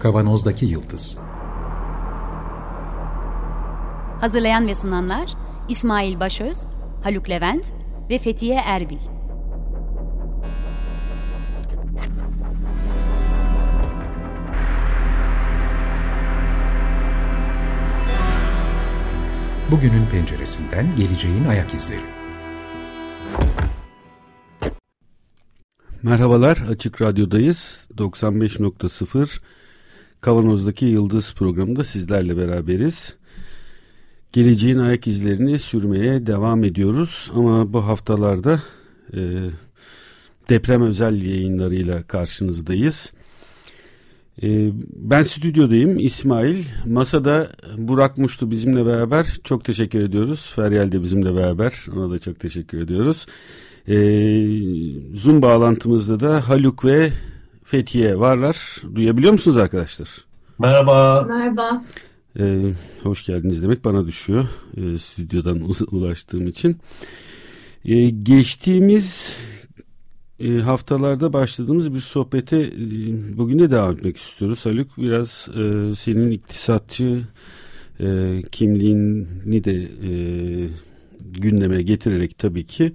Kavanozdaki Yıldız. Hazırlayan ve sunanlar İsmail Başöz, Haluk Levent ve Fethiye Erbil. Bugünün penceresinden geleceğin ayak izleri. Merhabalar, Açık Radyo'dayız. 95.0 Kavanoz'daki Yıldız programında sizlerle beraberiz. Geleceğin ayak izlerini sürmeye devam ediyoruz. Ama bu haftalarda deprem özel yayınlarıyla karşınızdayız. Ben stüdyodayım, İsmail. Masada Burak Muştu bizimle beraber. Çok teşekkür ediyoruz. Feryal de bizimle beraber. Ona da çok teşekkür ediyoruz. Zoom bağlantımızda da Haluk ve Fethiye varlar. Duyabiliyor musunuz arkadaşlar? Merhaba. Merhaba. Hoş geldiniz demek bana düşüyor. Stüdyodan ulaştığım için. Geçtiğimiz haftalarda başladığımız bir sohbete bugün de devam etmek istiyoruz. Haluk, biraz senin iktisatçı kimliğini de gündeme getirerek tabii ki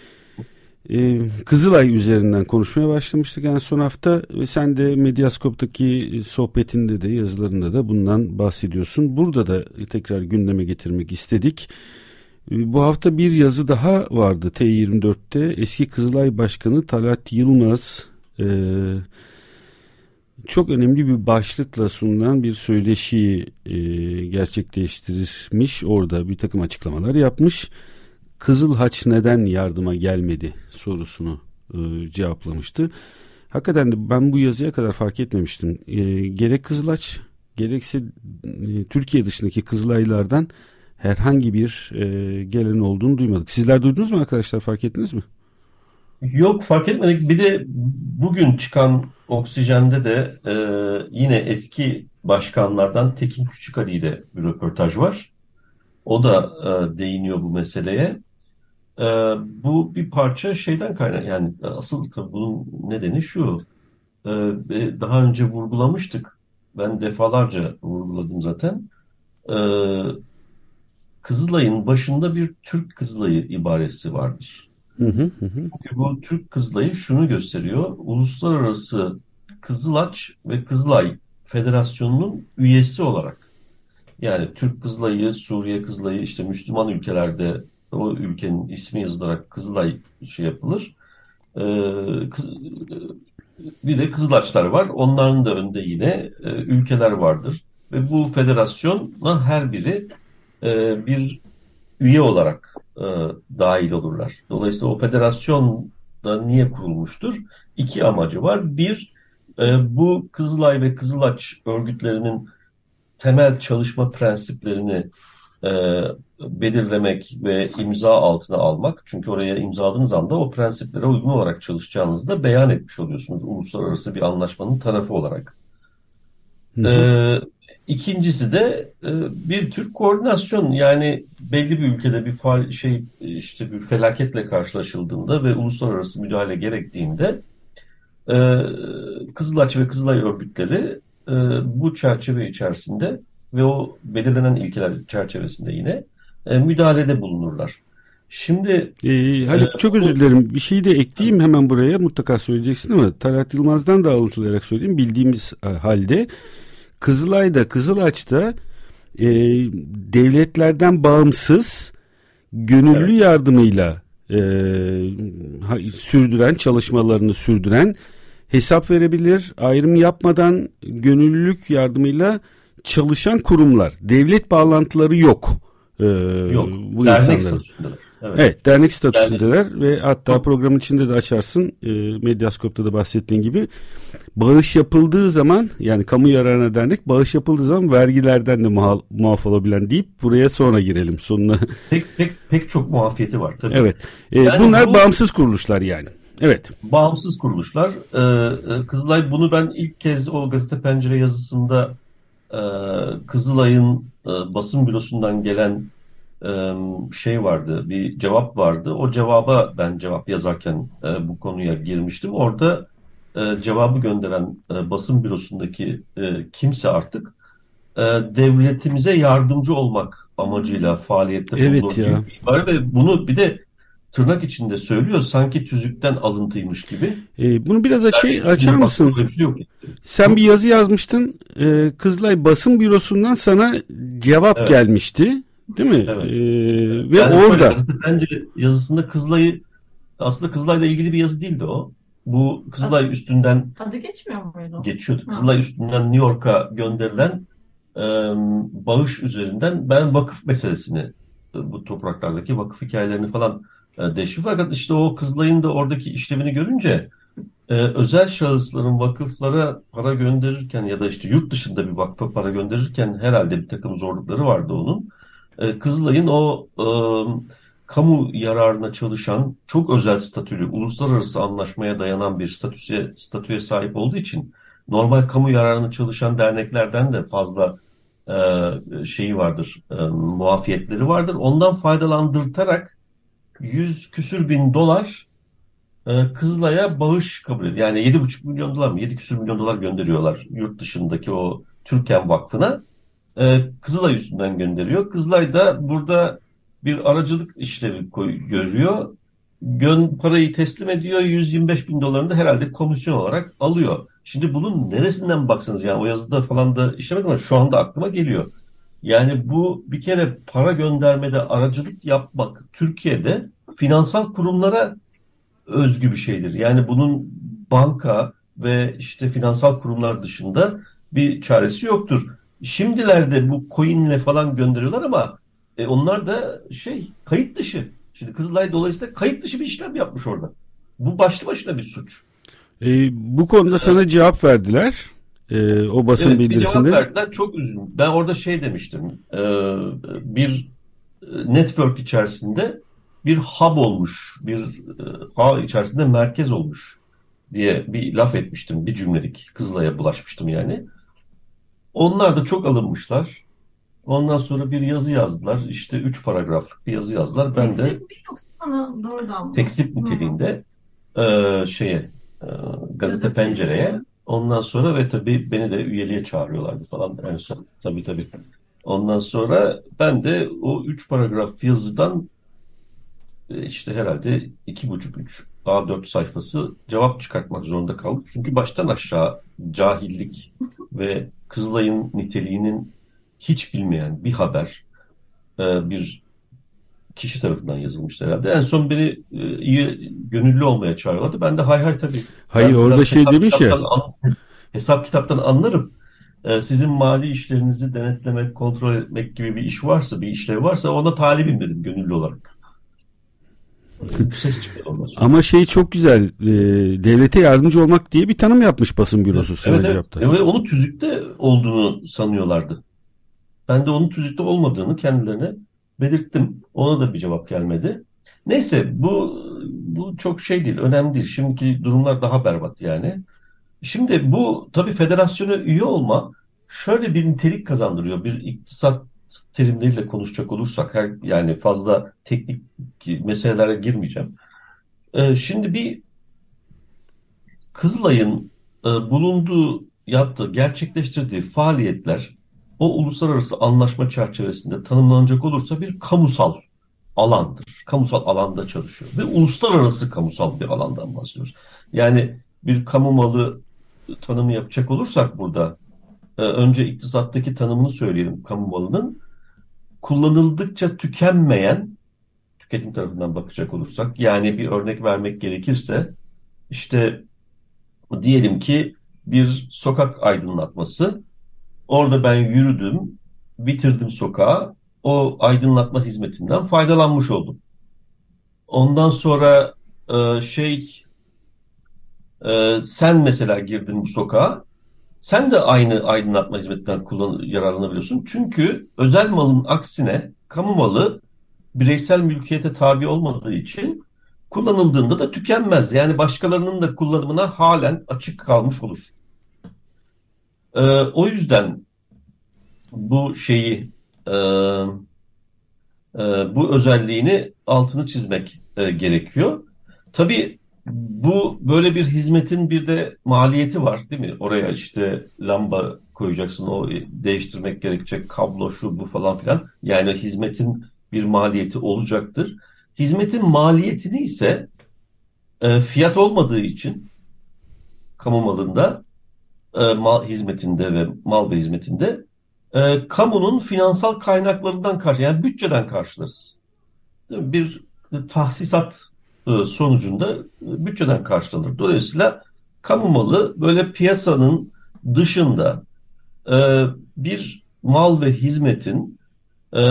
Kızılay üzerinden konuşmaya başlamıştık en son hafta ve sen de Medyaskop'taki sohbetinde de yazılarında da bundan bahsediyorsun. Burada da tekrar gündeme getirmek istedik. Bu hafta bir yazı daha vardı T24'te. Eski Kızılay Başkanı Talat Yılmaz çok önemli bir başlıkla sunulan bir söyleşiyi gerçekleştirmiş. Orada bir takım açıklamalar yapmış. Kızıl Haç neden yardıma gelmedi sorusunu cevaplamıştı. Hakikaten de ben bu yazıya kadar fark etmemiştim. Gerek Kızıl Haç gerekse Türkiye dışındaki Kızılaylardan herhangi bir gelen olduğunu duymadık. Sizler duydunuz mu arkadaşlar, fark ettiniz mi? Yok, fark etmedik. Bir de bugün çıkan Oksijen'de de yine eski başkanlardan Tekin Küçükali ile bir röportaj var. O da değiniyor bu meseleye. Bu bir parça şeyden kaynak, yani asıl tabii bunun nedeni şu. Daha önce vurgulamıştık. Ben defalarca vurguladım zaten. Kızılay'ın başında bir Türk Kızılay'ı ibaresi vardır. Çünkü bu Türk Kızılay'ı şunu gösteriyor. Uluslararası Kızılaç ve Kızılay Federasyonu'nun üyesi olarak. Yani Türk Kızılay'ı, Suriye Kızılay'ı, işte Müslüman ülkelerde o ülkenin ismi yazılarak Kızılay yapılır. Bir de Kızılaçlar var. Onların da önünde yine ülkeler vardır. Ve bu federasyona her biri bir üye olarak dahil olurlar. Dolayısıyla o federasyon da niye kurulmuştur? İki amacı var. Bir, bu Kızılay ve Kızılaç örgütlerinin temel çalışma prensiplerini belirlemek ve imza altına almak. Çünkü oraya imzaladığınız anda o prensiplere uygun olarak çalışacağınızı da beyan etmiş oluyorsunuz uluslararası bir anlaşmanın tarafı olarak. İkincisi de bir tür koordinasyon, yani belli bir ülkede bir işte bir felaketle karşılaşıldığında ve uluslararası müdahale gerektiğinde Kızılaç ve Kızılay örgütleri bu çerçeve içerisinde ve o belirlenen ilkeler çerçevesinde yine müdahalede bulunurlar. Şimdi Haluk, çok özür dilerim. Bir şeyi de ekleyeyim hemen buraya, mutlaka söyleyeceksin ama Talat Yılmaz'dan da alıntılayarak söyleyeyim. Bildiğimiz halde Kızılay'da, Kızılaç'ta devletlerden bağımsız gönüllü yardımıyla çalışmalarını sürdüren, hesap verebilir, ayrım yapmadan gönüllülük yardımıyla çalışan kurumlar. Devlet bağlantıları yok. Yok. Bu dernek insanların. statüsündeler. Evet, dernek statüsündeler ve hatta programın içinde de açarsın, Medyaskop'ta da bahsettiğin gibi bağış yapıldığı zaman, yani kamu yararına dernek bağış yapıldığı zaman vergilerden de muaf olabilen deyip buraya sonra girelim sonuna. Pek çok muafiyeti var tabii. Evet. Yani bunlar bağımsız kuruluşlar yani. Evet. Bağımsız kuruluşlar. Kızılay, bunu ben ilk kez o Gazete Pencere yazısında Kızılay'ın basın bürosundan gelen vardı, bir cevap vardı. O cevaba ben cevap yazarken bu konuya girmiştim. Orada cevabı gönderen basın bürosundaki kimse artık devletimize yardımcı olmak amacıyla faaliyette Evet bulunur gibi ya. bir ibare ve bunu bir de tırnak içinde söylüyor sanki tüzükten alıntıymış gibi. Bunu biraz açar Şimdi mısın? baktım öyle bir şey yok. Sen bir yazı yazmıştın. Kızılay Basın Bürosu'ndan sana cevap Evet, gelmişti, değil mi? evet. Ve Yani şöyle orada gazete Pencere yazısında Kızılay'ı aslında Kızılay'la ilgili bir yazı değildi o. Bu Kızılay üstünden Adı geçmiyor muydu? geçiyordu. Ha. Kızılay üstünden New York'a gönderilen e, bağış üzerinden ben vakıf meselesini bu topraklardaki vakıf hikayelerini falan deşifre. Fakat işte o Kızılay'ın da oradaki işlevini görünce özel şahısların vakıflara para gönderirken ya da işte yurt dışında bir vakfa para gönderirken herhalde bir takım zorlukları vardı onun. Kızılay'ın o kamu yararına çalışan çok özel statülü, uluslararası anlaşmaya dayanan bir statüye sahip olduğu için normal kamu yararına çalışan derneklerden de fazla şeyi vardır, muafiyetleri vardır. Ondan faydalandırtarak 100 küsür bin dolar Kızılay'a bağış kabul ediyor. Yani 7,5 milyon dolar mı? 7 küsur milyon dolar gönderiyorlar yurt dışındaki o Türken Vakfı'na. Kızılay üstünden gönderiyor. Kızılay da burada bir aracılık işlevi görüyor. Parayı teslim ediyor. 125 bin dolarını da herhalde komisyon olarak alıyor. Şimdi bunun neresinden baksanız yani o yazıda falan da işlemedim ama şu anda aklıma geliyor. Yani bu bir kere para göndermede aracılık yapmak Türkiye'de finansal kurumlara özgü bir şeydir. Yani bunun banka ve işte finansal kurumlar dışında bir çaresi yoktur. Şimdilerde bu coin'le falan gönderiyorlar ama onlar da kayıt dışı. Şimdi Kızılay dolayısıyla kayıt dışı bir işlem yapmış orada. Bu başlı başına bir suç. bu konuda sana cevap verdiler. O basın Evet, bir cevap bildirisinde. verdiler. Çok üzüldüm. Ben orada demiştim. Bir network içerisinde bir hub olmuş, bir ağ içerisinde merkez olmuş diye bir laf etmiştim. Bir cümlelik Kızılay'a bulaşmıştım yani. Onlar da çok alınmışlar. Ondan sonra bir yazı yazdılar. İşte 3 paragraflık bir yazı yazdılar. Ben de Tekzip mi yoksa sana doğrudan mı? tekzip niteliğinde şeye gazete Pencere'ye ondan sonra ve tabii beni de üyeliğe çağırıyorlardı falan en son. Tabii. Ondan sonra ben de o 3 paragraf yazıdan işte herhalde 2,5-3 A4 sayfası cevap çıkartmak zorunda kaldım. Çünkü baştan aşağı cahillik ve Kızılay'ın niteliğinin hiç bilmeyen bir haber bir kişi tarafından yazılmıştı herhalde. En son beni iyi gönüllü olmaya çağırıyorlardı. Ben de hay tabii. Hayır, Ben orada biraz demiş ya. hesap kitaptan anlarım. Sizin mali işlerinizi denetlemek, kontrol etmek gibi bir iş varsa, bir işlev varsa ona talibim dedim gönüllü olarak. Ses çıkıyor ondan sonra. Ama çok güzel. Devlete yardımcı olmak diye bir tanım yapmış basın bürosu sana Evet. cevapta. Ve onun tüzükte olduğunu sanıyorlardı. Ben de onun tüzükte olmadığını kendilerine belirttim. Ona da bir cevap gelmedi. Neyse bu çok değil, önemli değil. Şimdiki durumlar daha berbat yani. Şimdi bu tabii federasyona üye olma şöyle bir nitelik kazandırıyor. Bir iktisat terimleriyle konuşacak olursak yani fazla teknik meselelere girmeyeceğim. Şimdi bir Kızılay'ın gerçekleştirdiği faaliyetler o uluslararası anlaşma çerçevesinde tanımlanacak olursa bir kamusal alandır. Kamusal alanda çalışıyor ve uluslararası kamusal bir alandan bahsediyoruz. Yani bir kamu malı tanımı yapacak olursak burada önce iktisattaki tanımını söyleyelim kamu malının. Kullanıldıkça tükenmeyen, tüketim tarafından bakacak olursak yani bir örnek vermek gerekirse işte diyelim ki bir sokak aydınlatması. Orada ben yürüdüm, bitirdim sokağı. O aydınlatma hizmetinden faydalanmış oldum. Ondan sonra sen mesela girdin bu sokağa. Sen de aynı aydınlatma hizmetinden yararlanabiliyorsun. Çünkü özel malın aksine kamu malı bireysel mülkiyete tabi olmadığı için kullanıldığında da tükenmez. Yani başkalarının da kullanımına halen açık kalmış olur. O yüzden bu e, bu özelliğini altını çizmek gerekiyor. Tabii Bu böyle bir hizmetin bir de maliyeti var, değil mi? Oraya işte lamba koyacaksın, o değiştirmek gerekecek, kablo şu bu falan filan. Yani hizmetin bir maliyeti olacaktır. Hizmetin maliyetini ise fiyat olmadığı için kamu malında, hizmetinde ve mal ve hizmetinde kamunun finansal kaynaklarından yani bütçeden karşılarız. Bir tahsisat sonucunda bütçeden karşılanır. Dolayısıyla kamu malı böyle piyasanın dışında bir mal ve hizmetin e,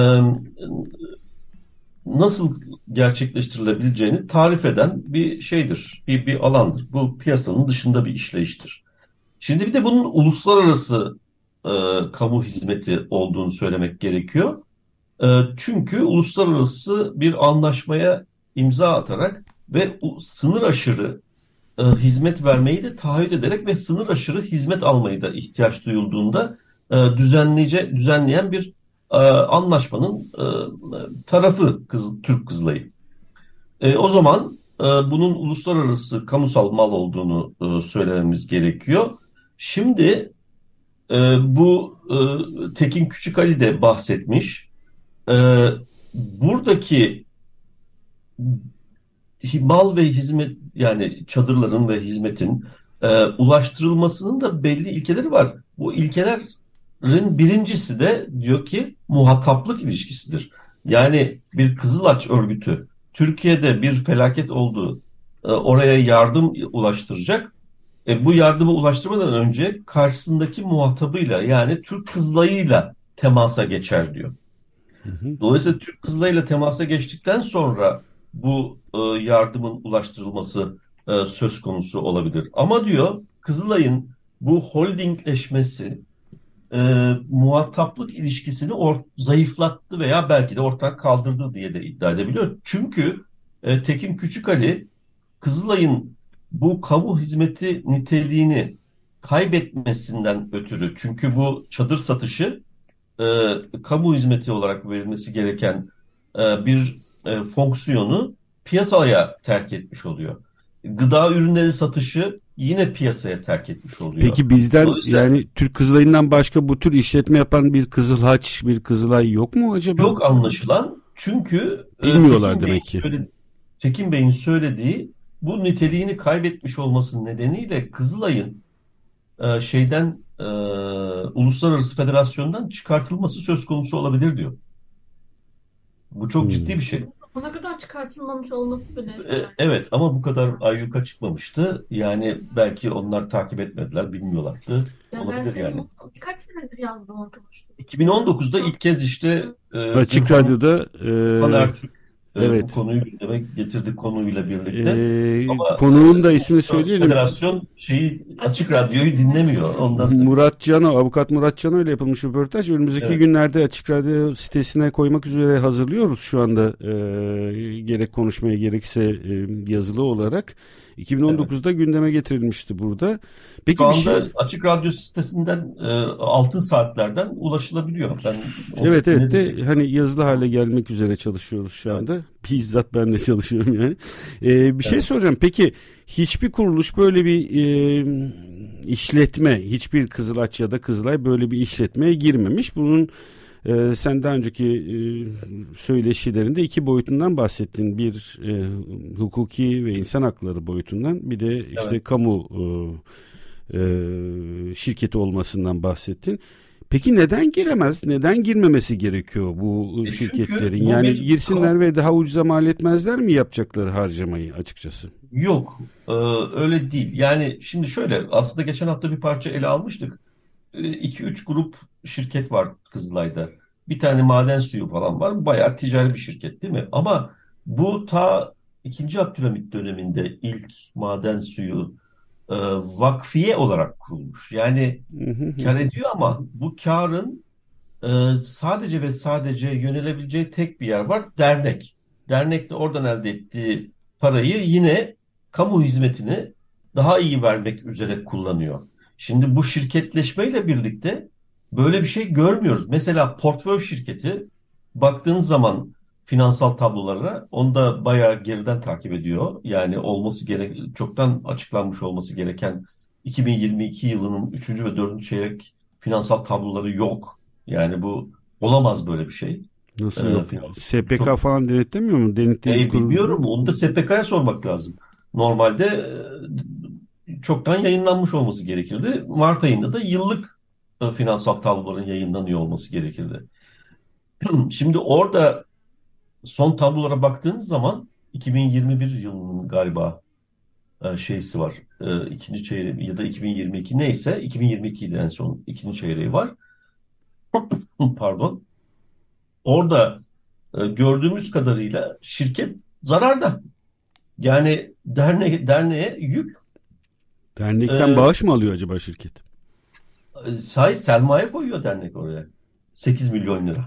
nasıl gerçekleştirilebileceğini tarif eden bir şeydir, bir alandır. Bu piyasanın dışında bir işleyiştir. Şimdi bir de bunun uluslararası kamu hizmeti olduğunu söylemek gerekiyor. Çünkü uluslararası bir anlaşmaya imza atarak ve sınır aşırı hizmet vermeyi de taahhüt ederek ve sınır aşırı hizmet almayı da ihtiyaç duyulduğunda düzenleyen bir anlaşmanın tarafı Türk Kızılayı. O zaman bunun uluslararası kamusal mal olduğunu söylememiz gerekiyor. Şimdi bu Tekin Küçükali de bahsetmiş. Buradaki mal ve hizmet, yani çadırların ve hizmetin ulaştırılmasının da belli ilkeleri var. Bu ilkelerin birincisi de diyor ki muhataplık ilişkisidir. Yani bir Kızılaç örgütü Türkiye'de bir felaket oldu, oraya yardım ulaştıracak. Bu yardımı ulaştırmadan önce karşısındaki muhatabıyla, yani Türk Kızılayı'yla temasa geçer diyor. Dolayısıyla Türk Kızılayı'yla temasa geçtikten sonra bu yardımın ulaştırılması söz konusu olabilir. Ama diyor Kızılay'ın bu holdingleşmesi muhataplık ilişkisini zayıflattı veya belki de ortadan kaldırdı diye de iddia edebiliyor. Çünkü Tekin Küçükali Kızılay'ın bu kamu hizmeti niteliğini kaybetmesinden ötürü, çünkü bu çadır satışı kamu hizmeti olarak verilmesi gereken bir fonksiyonu piyasaya terk etmiş oluyor. Gıda ürünleri satışı yine piyasaya terk etmiş oluyor. Peki bizden, yani Türk Kızılayı'ndan başka bu tür işletme yapan bir Kızılhaç, bir Kızılay yok mu acaba? Yok anlaşılan, çünkü bilmiyorlar demek ki. Tekin Bey'in söylediği bu niteliğini kaybetmiş olması nedeniyle Kızılay'ın Uluslararası Federasyon'dan çıkartılması söz konusu olabilir diyor. Bu çok ciddi bir şey. Ona kadar çıkartılmamış olması bile. Evet, ama bu kadar ayyuka çıkmamıştı. Yani belki onlar takip etmediler, bilmiyorlardı. Ya Olabilir ben yani. birkaç senedir yazdığımı okumuştum. 2019'da ilk kez işte Açık Radyo'da Ertürk evet. bu konuyu gündeme getirdik konuyla birlikte. Ama konuğun da ismini söyleyelim. Federasyon Açık Radyo'yu dinlemiyor. Ondan Murat Cano, avukat Murat Cano ile yapılmış röportaj. Önümüzdeki günlerde Açık Radyo sitesine koymak üzere hazırlıyoruz şu anda. Gerek konuşmaya gerekse yazılı olarak. 2019'da gündeme getirilmişti burada. Peki şu anda Açık Radyo sitesinden Altın Saatler'den ulaşılabiliyor. Evet de hani yazılı hale gelmek üzere çalışıyoruz şu anda. Evet. Bizzat ben de çalışıyorum yani. Bir şey soracağım. Peki hiçbir kuruluş böyle bir işletme, hiçbir Kızılaç ya da Kızılay böyle bir işletmeye girmemiş. Bunun sen daha önceki söyleşilerinde iki boyutundan bahsettin. Bir hukuki ve insan hakları boyutundan, bir de işte kamu şirketi olmasından bahsettin. Peki neden giremez? Neden girmemesi gerekiyor bu şirketlerin? Yani girsinler ve daha ucuza mal etmezler mi yapacakları harcamayı açıkçası? Yok, öyle değil. Yani şimdi şöyle, aslında geçen hafta bir parça ele almıştık. 2-3 grup şirket var Kızılay'da. Bir tane maden suyu falan var. Bayağı ticari bir şirket, değil mi? Ama bu ta 2. Abdülhamit döneminde ilk maden suyu vakfiye olarak kurulmuş. Yani kar ediyor ama bu karın sadece ve sadece yönelebileceği tek bir yer var: dernek. Dernek de oradan elde ettiği parayı yine kamu hizmetini daha iyi vermek üzere kullanıyor. Şimdi bu şirketleşmeyle birlikte böyle bir şey görmüyoruz. Mesela portföy şirketi, baktığınız zaman finansal tablolara. Onu da bayağı geriden takip ediyor. Yani çoktan açıklanmış olması gereken 2022 yılının 3. ve 4. çeyrek finansal tabloları yok. Yani bu olamaz böyle bir şey. Nasıl yok? SPK Çok falan denetlemiyor mu? Denetleyici kurulu. bilmiyorum. Onu da SPK'ya sormak lazım. Normalde çoktan yayınlanmış olması gerekirdi. Mart ayında da yıllık finansal tabloların yayınlanıyor olması gerekirdi. Şimdi orada son tablolara baktığınız zaman 2021 yılının galiba şeysi var. İkinci çeyreği ya da 2022 neyse 2022'de en son ikinci çeyreği var. Pardon. Orada gördüğümüz kadarıyla şirket zararda. Yani derneğe yük. Dernekten bağış mı alıyor acaba şirket? Sermaye koyuyor dernek oraya. 8 milyon lira.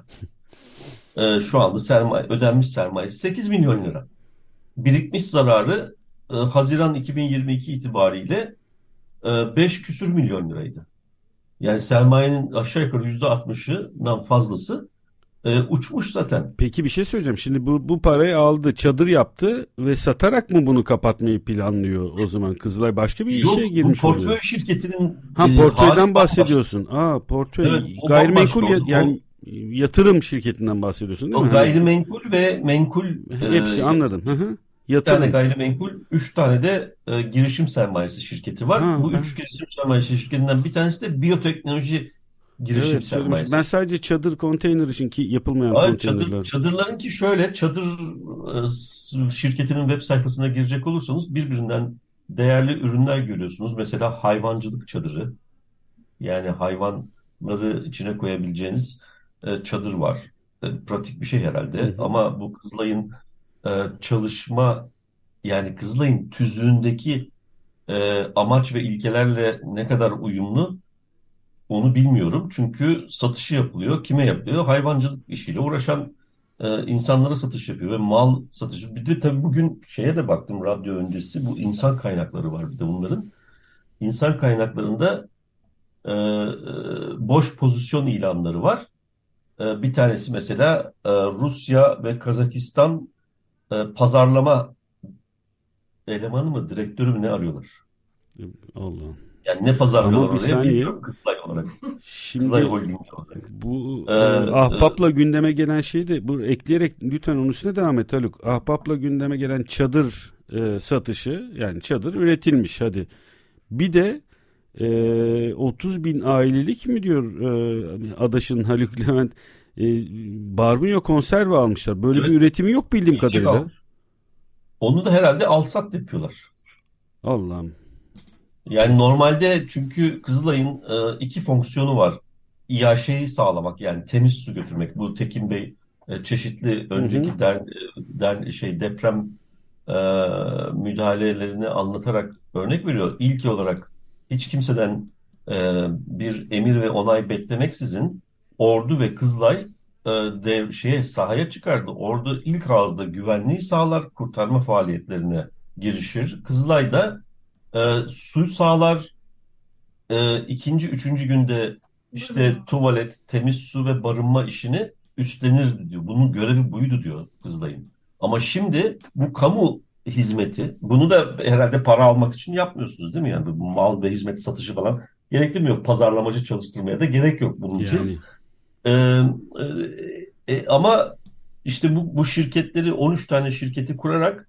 Şu anda ödenmiş sermayesi 8 milyon lira. Birikmiş zararı Haziran 2022 itibariyle 5 küsür milyon liraydı. Yani sermayenin aşağı yukarı %60'ından fazlası uçmuş zaten. Peki bir şey söyleyeceğim. Şimdi bu parayı aldı, çadır yaptı ve satarak mı bunu kapatmayı planlıyor o zaman? Kızılay başka bir işe girmiş oluyor. Portföy oluyor. şirketinin portföyden bahsediyorsun. Portföy. Evet, Gayrimenkul yani yatırım şirketinden bahsediyorsun değil mi? Gayrimenkul ve menkul hepsi anladım. Hı. Bir tane gayrimenkul, 3 tane de girişim sermayesi şirketi var. Bu 3 girişim sermayesi şirketinden bir tanesi de biyoteknoloji girişim sermayesi. Ben sadece çadır konteyner için ki yapılmayan konteynerler. Çadırların ki şöyle, çadır şirketinin web sayfasına girecek olursanız birbirinden değerli ürünler görüyorsunuz. Mesela hayvancılık çadırı. Yani hayvanları içine koyabileceğiniz çadır var. Pratik bir şey herhalde. Ama bu Kızılay'ın çalışma, yani Kızılay'ın tüzüğündeki amaç ve ilkelerle ne kadar uyumlu onu bilmiyorum. Çünkü satışı yapılıyor. Kime yapılıyor? Hayvancılık işiyle uğraşan insanlara satış yapıyor ve mal satışı. Bir de tabii bugün şeye de baktım radyo öncesi. Bu insan kaynakları var bir de bunların. İnsan kaynaklarında boş pozisyon ilanları var. Bir tanesi mesela Rusya ve Kazakistan pazarlama elemanı mı, direktörü mü ne arıyorlar? Allah. Yani ne pazarlıyorlar ama bir oraya? saniye. Bilmiyorum, Kızılay olarak. Şimdi Kızılay Holding olarak. bu Ahbap'la gündeme gelen şey de bu, ekleyerek lütfen onun üstüne devam et Haluk. Ahbap'la gündeme gelen çadır satışı, yani çadır üretilmiş hadi. Bir de 30 bin ailelik mi diyor Adaş'ın Haluk Levent, barbunya konserve almışlar. Böyle bir üretimi yok bildiğim kadarıyla. Onu da herhalde alsat yapıyorlar. Allah'ım. Yani normalde çünkü Kızılay'ın iki fonksiyonu var. İAŞ'yi sağlamak, yani temiz su götürmek. Bu Tekin Bey çeşitli önceki deprem müdahalelerini anlatarak örnek veriyor. İlk olarak hiç kimseden bir emir ve onay beklemeksizin Ordu ve Kızılay sahaya çıkardı. Ordu ilk ağızda güvenliği sağlar, kurtarma faaliyetlerine girişir. Kızılay da su sağlar. İkinci, üçüncü günde işte tuvalet, temiz su ve barınma işini üstlenirdi diyor. Bunun görevi buydu diyor Kızılay'ın. Ama şimdi bu kamu hizmeti, bunu da herhalde para almak için yapmıyorsunuz değil mi? Yani bu mal ve hizmet satışı falan gerekli mi? Yok. Pazarlamacı çalıştırmaya da gerek yok bunun için. Ama işte bu şirketleri, 13 tane şirketi kurarak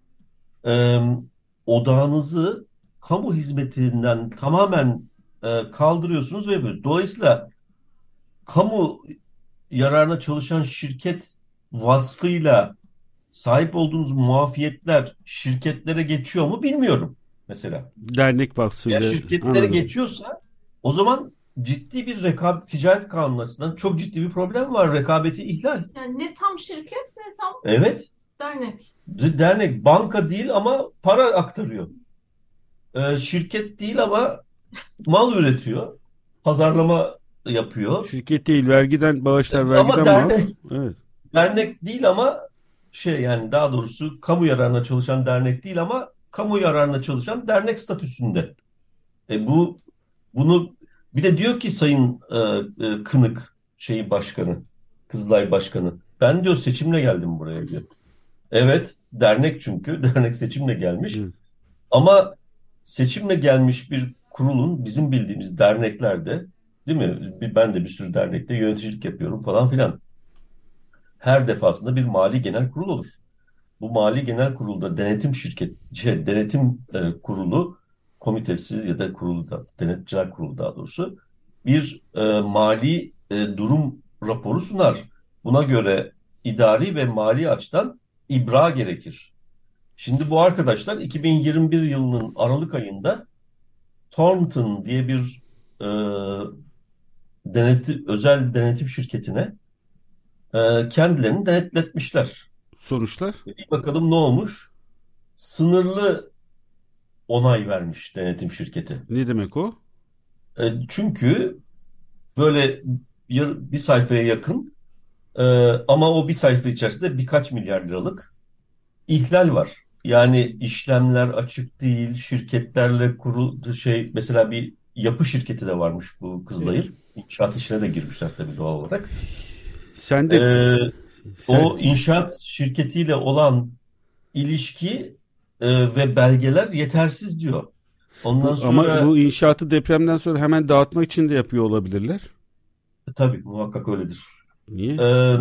odağınızı kamu hizmetinden tamamen kaldırıyorsunuz ve dolayısıyla kamu yararına çalışan şirket vasfıyla sahip olduğunuz muafiyetler şirketlere geçiyor mu bilmiyorum mesela. Dernek vasfıyla. Eğer şirketlere geçiyorsa o zaman ciddi bir ticaret kanunu açısından çok ciddi bir problem var. Rekabeti ihlal. Yani ne tam şirket ne tam evet. dernek. Dernek banka değil ama para aktarıyor. Şirket değil ama mal üretiyor. Pazarlama yapıyor. Şirket değil, vergiden bağışlar, vergiden ama dernek, evet. Dernek değil ama yani daha doğrusu kamu yararına çalışan dernek değil ama kamu yararına çalışan dernek statüsünde. Bunu bir de diyor ki Sayın Kınık başkanı, Kızılay Başkanı, Ben diyor seçimle geldim buraya diyor. Evet, dernek çünkü. Dernek seçimle gelmiş. Hı. Ama seçimle gelmiş bir kurulun bizim bildiğimiz derneklerde, değil mi? Ben de bir sürü dernekte yöneticilik yapıyorum falan filan. Her defasında bir mali genel kurul olur. Bu mali genel kurulda denetim kurulu komitesi ya da kurulu da denetçiler kurulu daha doğrusu bir mali durum raporu sunar. Buna göre idari ve mali açıdan ibra gerekir. Şimdi bu arkadaşlar 2021 yılının Aralık ayında Thornton diye bir e, özel denetim şirketine kendilerini denetletmişler. Sonuçlar? Bir bakalım ne olmuş? Sınırlı onay vermiş denetim şirketi. Ne demek o? Çünkü böyle bir sayfaya yakın e, ama o bir sayfa içerisinde birkaç milyar liralık ihlal var. Yani işlemler açık değil, şirketlerle mesela bir yapı şirketi de varmış bu Peki. Kızılay'ın. İnşaat işine de girmişler tabii doğal olarak. Sen E, de sen O inşaat şirketiyle olan ilişki ve belgeler yetersiz diyor. Ondan ama sonra bu inşaatı depremden sonra hemen dağıtmak için de yapıyor olabilirler. tabii muhakkak öyledir. Niye?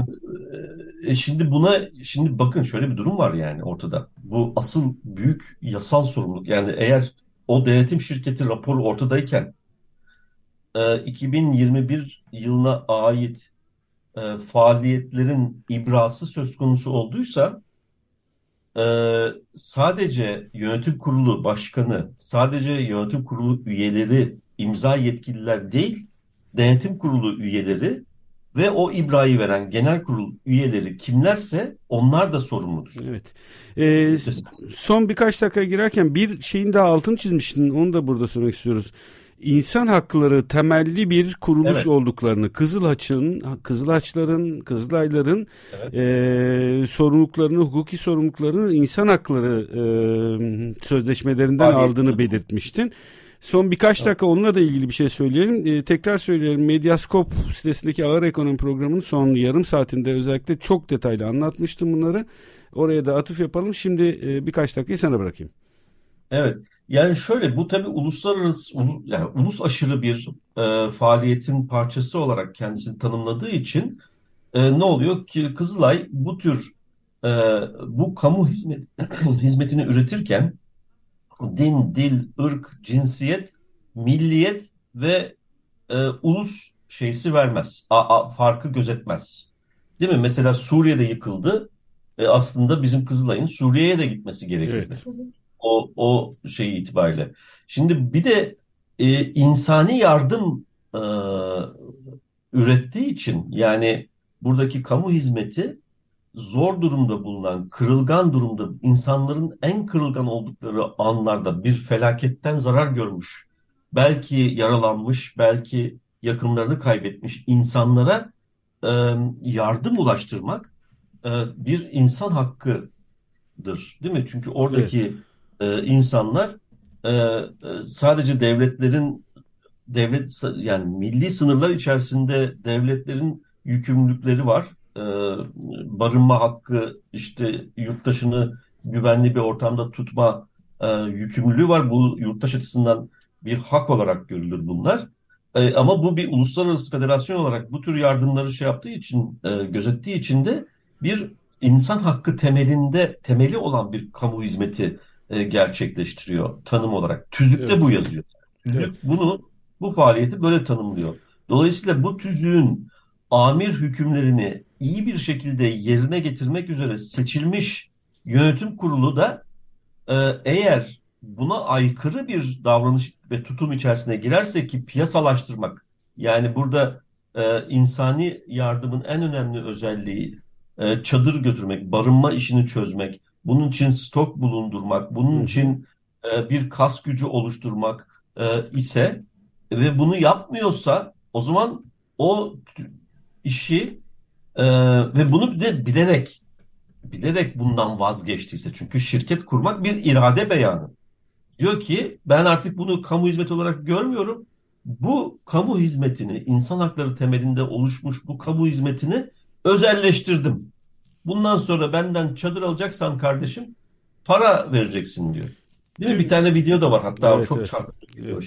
Şimdi bakın şöyle bir durum var yani ortada. Bu asıl büyük yasal sorumluluk. Yani eğer o denetim şirketi raporu ortadayken 2021 yılına ait faaliyetlerin ibrası söz konusu olduysa sadece yönetim kurulu başkanı, sadece yönetim kurulu üyeleri, imza yetkililer değil, denetim kurulu üyeleri ve o ibrayı veren genel kurul üyeleri kimlerse onlar da sorumludur. Evet. Son birkaç dakika girerken bir şeyin daha altını çizmiştin. Onu da burada söylemek istiyoruz. İnsan hakları temelli bir kuruluş Evet. olduklarını, Kızılhaçların, Kızılayların Evet. sorumluluklarını, hukuki sorumluluklarını insan hakları sözleşmelerinden aldığını Faaliyetleri. belirtmiştin. Son birkaç dakika onunla da ilgili bir şey söyleyelim. Tekrar söyleyelim. Medyascope sitesindeki Ağır Ekonomi programının son yarım saatinde özellikle çok detaylı anlatmıştım bunları. Oraya da atıf yapalım. Şimdi birkaç dakikayı sana bırakayım. Evet. Yani şöyle bu tabii yani ulus aşırı bir faaliyetin parçası olarak kendisini tanımladığı için ne oluyor ki Kızılay bu tür e, bu kamu hizmetini üretirken din, dil, ırk, cinsiyet, milliyet ve ulus şeysi vermez. Farkı gözetmez. Değil mi? Mesela Suriye'de yıkıldı. Aslında bizim Kızılay'ın Suriye'ye de gitmesi gerekirdi. Evet. O şey itibariyle. Şimdi bir de insani yardım e, ürettiği için yani buradaki kamu hizmeti zor durumda bulunan, kırılgan durumda insanların en kırılgan oldukları anlarda bir felaketten zarar görmüş, belki yaralanmış, belki yakınlarını kaybetmiş insanlara e, yardım ulaştırmak bir insan hakkıdır, değil mi? Çünkü Evet. oradaki insanlar sadece yani milli sınırlar içerisinde devletlerin yükümlülükleri var. Ee, Barınma hakkı, işte yurttaşını güvenli bir ortamda tutma yükümlülüğü var. Bu yurttaş açısından bir hak olarak görülür bunlar. Ama bu bir uluslararası federasyon olarak bu tür yardımları şey yaptığı için, gözettiği için de bir insan hakkı temeli olan bir kamu hizmeti gerçekleştiriyor tanım olarak. Tüzükte Evet. bu yazıyor. Evet. Tüzük bu faaliyeti böyle tanımlıyor. Dolayısıyla bu tüzüğün amir hükümlerini iyi bir şekilde yerine getirmek üzere seçilmiş yönetim kurulu da eğer buna aykırı bir davranış ve tutum içerisine girerse ki piyasalaştırmak yani burada insani yardımın en önemli özelliği çadır götürmek, barınma işini çözmek, bunun için stok bulundurmak, Hı bunun hı. için bir kas gücü oluşturmak ise ve bunu yapmıyorsa o zaman o işi e, ve bunu bir de bilerek bundan vazgeçtiyse çünkü şirket kurmak bir irade beyanı. Diyor ki ben artık bunu kamu hizmeti olarak görmüyorum. Bu kamu hizmetini, insan hakları temelinde oluşmuş bu kamu hizmetini özelleştirdim. Bundan sonra benden çadır alacaksan kardeşim para vereceksin diyor. Değil mi? Bir tane video da var hatta Evet, çok evet. çarpıcı Evet.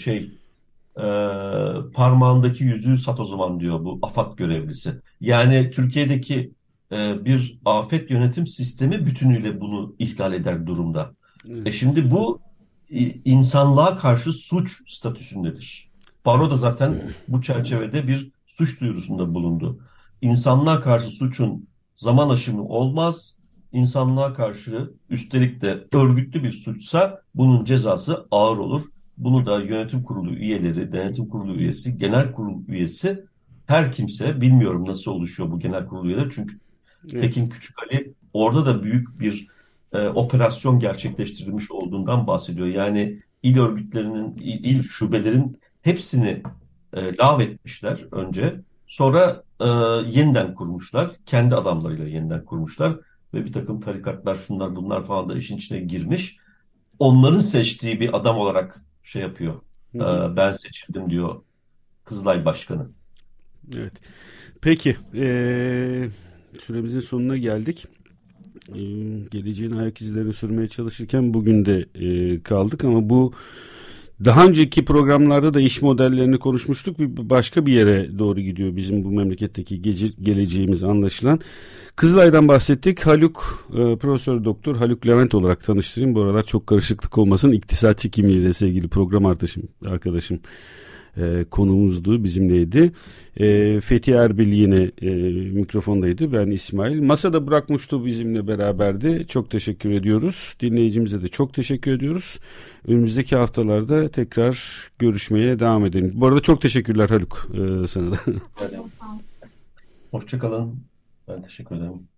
parmağındaki yüzüğü sat o zaman diyor bu AFAD görevlisi. Yani Türkiye'deki bir afet yönetim sistemi bütünüyle bunu ihlal eder durumda. Şimdi bu insanlığa karşı suç statüsündedir. Baro da zaten bu çerçevede bir suç duyurusunda bulundu. İnsanlığa karşı suçun zaman aşımı olmaz. İnsanlığa karşı üstelik de örgütlü bir suçsa bunun cezası ağır olur. Bunu da yönetim kurulu üyeleri, denetim kurulu üyesi, genel kurul üyesi her kimse bilmiyorum nasıl oluşuyor bu genel kurulu üyeleri. Çünkü Tekin Küçükali orada da büyük bir operasyon gerçekleştirilmiş olduğundan bahsediyor. Yani il örgütlerinin, il şubelerin hepsini lağvetmişler önce. Sonra yeniden kurmuşlar. Kendi adamlarıyla yeniden kurmuşlar. Ve bir takım tarikatlar, şunlar bunlar falan da işin içine girmiş. Onların seçtiği bir adam olarak şey yapıyor. Ben seçildim diyor Kızılay Başkanı. Evet. Peki. Süremizin sonuna geldik. Geleceğin ayak izlerini sürmeye çalışırken bugün de kaldık ama bu daha önceki programlarda da iş modellerini konuşmuştuk. Başka bir yere doğru gidiyor bizim bu memleketteki geleceğimiz anlaşılan. Kızılay'dan bahsettik. Profesör Doktor Haluk Levent olarak tanıştırayım. Bu aralar çok karışıklık olmasın. İktisatçı kimliğiyle sevgili program arkadaşım konuğumuzdu, bizimleydi. Fethi Erbil yine mikrofondaydı. Ben İsmail. Masada bırakmıştı bizimle beraberdi. Çok teşekkür ediyoruz. Dinleyicimize de çok teşekkür ediyoruz. Önümüzdeki haftalarda tekrar görüşmeye devam edelim. Bu arada çok teşekkürler Haluk sana da. Hoşça kalın. Ben teşekkür ederim.